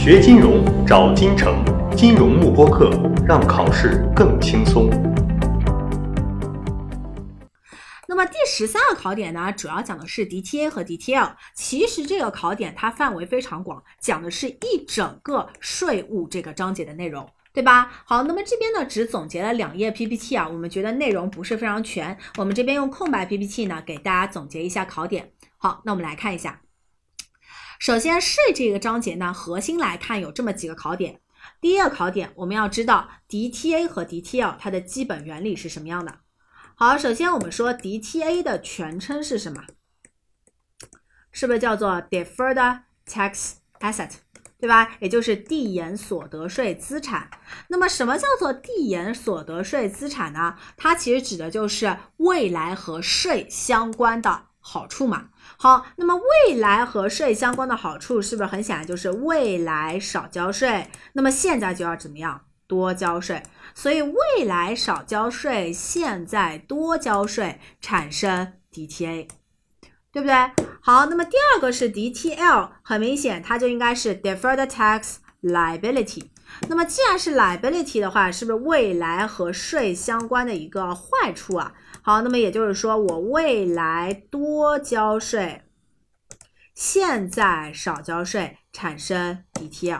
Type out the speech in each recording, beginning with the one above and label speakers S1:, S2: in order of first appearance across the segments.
S1: 学金融找金城，金融慕播课，让考试更轻松。
S2: 那么第13个考点呢，主要讲的是 DTA 和 DTL。其实这个考点它范围非常广，讲的是一整个税务这个章节的内容，对吧？好，那么这边呢只总结了2页 PPT 啊，我们觉得内容不是非常全，我们这边用空白 PPT 呢给大家总结一下考点。好，那我们来看一下。首先税这个章节呢，核心来看有这么几个考点。第一个考点，我们要知道 DTA 和 DTL 它的基本原理是什么样的。好，首先我们说 DTA 的全称是什么？是不是叫做 Deferred Tax Asset， 对吧？也就是递延所得税资产。那么什么叫做递延所得税资产呢？它其实指的就是未来和税相关的好处嘛。好，那么未来和税相关的好处是不是很显然就是未来少交税，那么现在就要怎么样？多交税，所以未来少交税，现在多交税，产生 DTA， 对不对？好，那么第二个是 DTL， 很明显它就应该是 Deferred Tax Liability。那么既然是 liability 的话，是不是未来和税相关的一个坏处啊？好，那么也就是说我未来多交税，现在少交税，产生 DTL。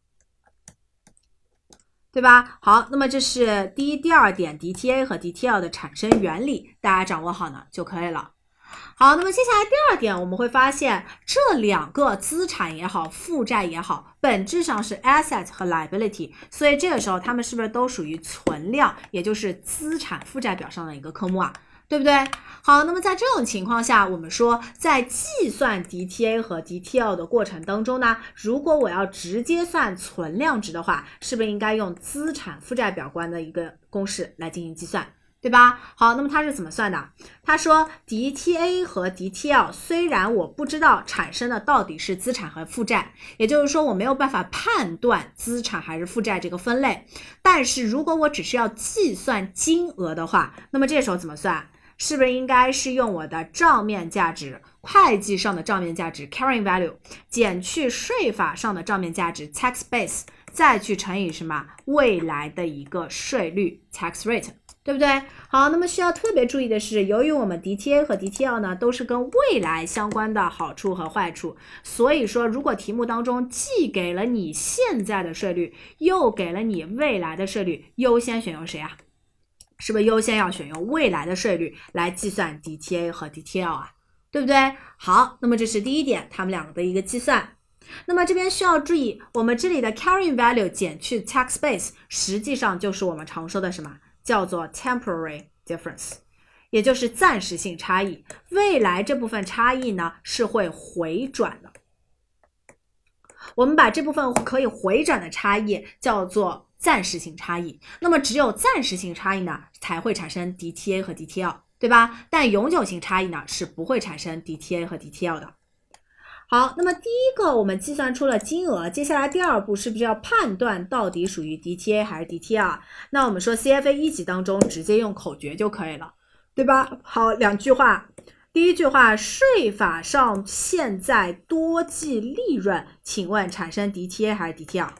S2: 对吧？好，那么这是第一、第二点 DTA 和 DTL 的产生原理，大家掌握好呢就可以了。好，那么接下来第二点，我们会发现这2个资产也好，负债也好，本质上是 asset 和 liability， 所以这个时候它们是不是都属于存量，也就是资产负债表上的一个科目啊？对不对？好，那么在这种情况下，我们说在计算 DTA 和 DTL 的过程当中呢，如果我要直接算存量值的话，是不是应该用资产负债表观的一个公式来进行计算，对吧？好，那么它是怎么算的？他说 DTA 和 DTL 虽然我不知道产生的到底是资产和负债，也就是说我没有办法判断资产还是负债这个分类，但是如果我只是要计算金额的话，那么这时候怎么算？是不是应该是用我的账面价值，会计上的账面价值 carrying value 减去税法上的账面价值 tax base， 再去乘以什么未来的一个税率 tax rate， 对不对？好，那么需要特别注意的是，由于我们 DTA 和 DTL 呢都是跟未来相关的好处和坏处，所以说如果题目当中既给了你现在的税率，又给了你未来的税率，优先选用谁啊？是不是优先要选用未来的税率来计算 DTA 和 DTL 啊？对不对？好，那么这是第一点，它们2个的一个计算。那么这边需要注意，我们这里的 carrying value 减去 tax base， 实际上就是我们常说的什么？叫做 temporary difference， 也就是暂时性差异。未来这部分差异呢是会回转的。我们把这部分可以回转的差异叫做暂时性差异，那么只有暂时性差异呢才会产生 DTA 和 DTL， 对吧？但永久性差异呢是不会产生 DTA 和 DTL 的。好，那么第一个我们计算出了金额，接下来第2步是不是要判断到底属于 DTA 还是 DTL？ 那我们说 CFA 1级当中直接用口诀就可以了，对吧？好，2句话。第一句话，税法上现在多计利润，请问产生 DTA 还是 DTL？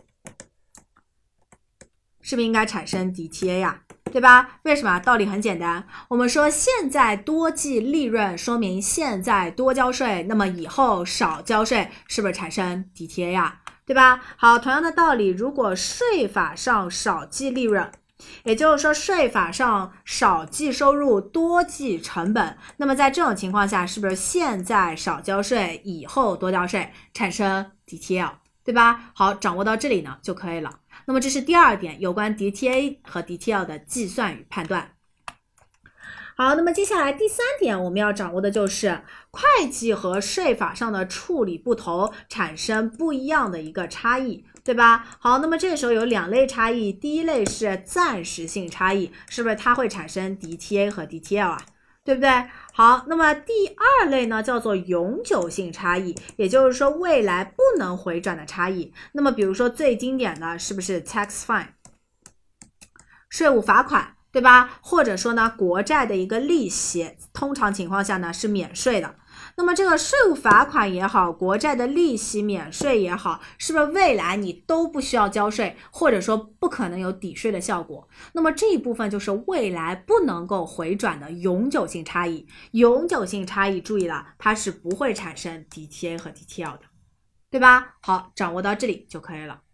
S2: 是不是应该产生 DTA 呀？对吧？为什么？道理很简单，我们说现在多计利润，说明现在多交税，那么以后少交税，是不是产生 DTA 呀？对吧？好，同样的道理，如果税法上少计利润，也就是说税法上少计收入多计成本，那么在这种情况下，是不是现在少交税，以后多交税，产生 DTL， 对吧？好，掌握到这里呢就可以了。那么这是第2点，有关 DTA 和 DTL 的计算与判断。好，那么接下来第3点我们要掌握的就是会计和税法上的处理不同，产生不一样的一个差异，对吧？好，那么这个时候有2类差异，第一类是暂时性差异，是不是它会产生 DTA 和 DTL 啊？对不对？好，那么第2类呢叫做永久性差异，也就是说未来不能回转的差异。那么比如说最经典的是不是 tax fine， 税务罚款，对吧？或者说呢国债的一个利息，通常情况下呢是免税的。 那么这个税务罚款也好，国债的利息免税也好，是不是未来你都不需要交税，或者说不可能有抵税的效果？那么这一部分就是未来不能够回转的永久性差异。永久性差异注意了，它是不会产生 DTA 和 DTL 的，对吧？好，掌握到这里就可以了。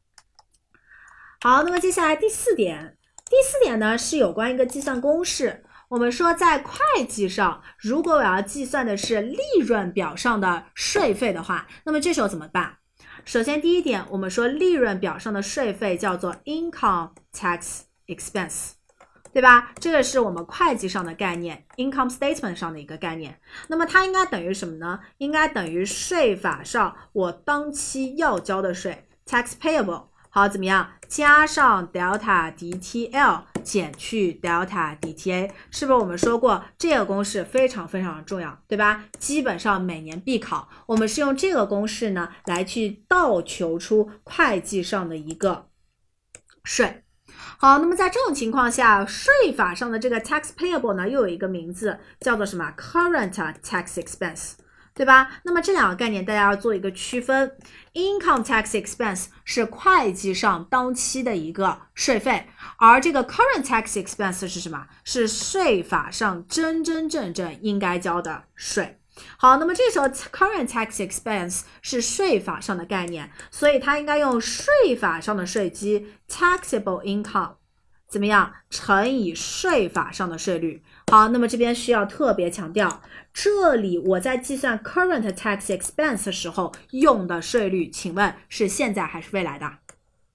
S2: 好，那么接下来第四点呢是有关一个计算公式。我们说在会计上，如果我要计算的是利润表上的税费的话，那么这时候怎么办？首先第一点，我们说利润表上的税费叫做 income tax expense， 对吧？这个是我们会计上的概念， income statement 上的一个概念。那么它应该等于什么呢？应该等于税法上我当期要交的税 tax payable。好，怎么样？加上 delta DTL 减去 delta DTA， 是不是我们说过这个公式非常非常重要，对吧？基本上每年必考，我们是用这个公式呢来去倒求出会计上的一个税。好，那么在这种情况下，税法上的这个 tax payable 呢又有一个名字叫做什么 current tax expense，对吧？那么这两个概念大家要做一个区分。Income tax expense 是会计上当期的一个税费，而这个 current tax expense 是什么？是税法上真真正正应该交的税。好，那么这时候 current tax expense 是税法上的概念，所以它应该用税法上的税基 taxable income怎么样乘以税法上的税率。好，那么这边需要特别强调，这里我在计算 current tax expense 的时候用的税率，请问是现在还是未来的？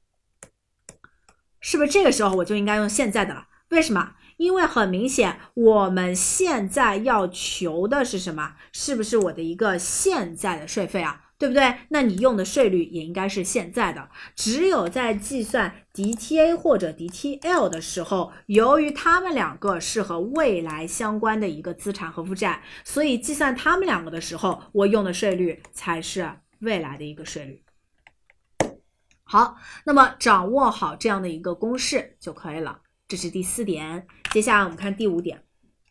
S2: 是不是这个时候我就应该用现在的了？为什么？因为很明显我们现在要求的是什么？是不是我的一个现在的税费啊？对不对？那你用的税率也应该是现在的。只有在计算 DTA 或者 DTL 的时候，由于它们两个是和未来相关的一个资产和负债，所以计算它们两个的时候，我用的税率才是未来的一个税率。好，那么掌握好这样的一个公式就可以了。这是第4点。接下来我们看第5点。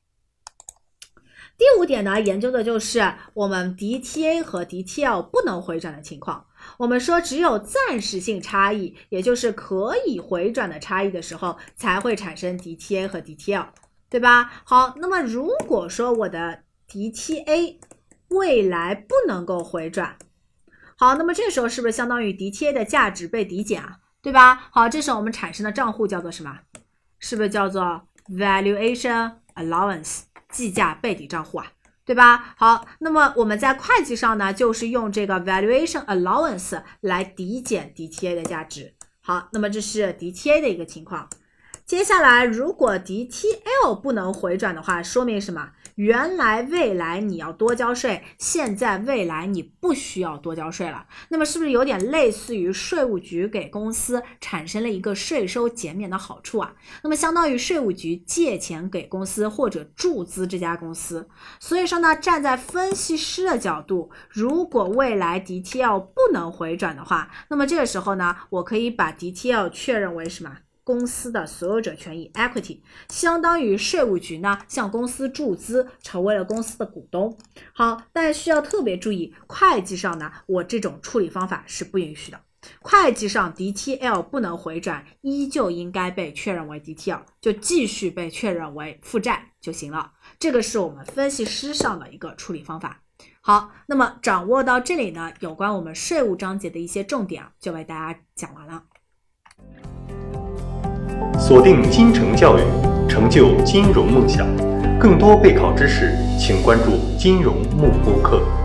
S2: 第5点呢，研究的就是我们 DTA 和 DTL 不能回转的情况。我们说只有暂时性差异，也就是可以回转的差异的时候，才会产生 DTA 和 DTL， 对吧？好，那么如果说我的 DTA 未来不能够回转，好，那么这时候是不是相当于 DTA 的价值被抵减啊？对吧？好，这时候我们产生的账户叫做什么？是不是叫做 valuation allowance？计价备抵账户啊，对吧？好，那么我们在会计上呢，就是用这个 valuation allowance 来抵减 DTA 的价值。好，那么这是 DTA 的一个情况。接下来，如果 DTL 不能回转的话，说明什么？原来未来你要多交税，现在未来你不需要多交税了。那么是不是有点类似于税务局给公司产生了一个税收减免的好处啊？那么相当于税务局借钱给公司或者注资这家公司。所以说呢，站在分析师的角度，如果未来 DTL 不能回转的话，那么这个时候呢，我可以把 DTL 确认为什么？公司的所有者权益 equity， 相当于税务局呢向公司注资，成为了公司的股东。好，但需要特别注意，会计上呢，我这种处理方法是不允许的。会计上 DTL 不能回转，依旧应该被确认为 DTL， 就继续被确认为负债就行了。这个是我们分析师上的一个处理方法。好，那么掌握到这里呢，有关我们税务章节的一些重点就为大家讲完了。
S1: 锁定金城教育，成就金融梦想。更多备考知识，请关注金融幕播课。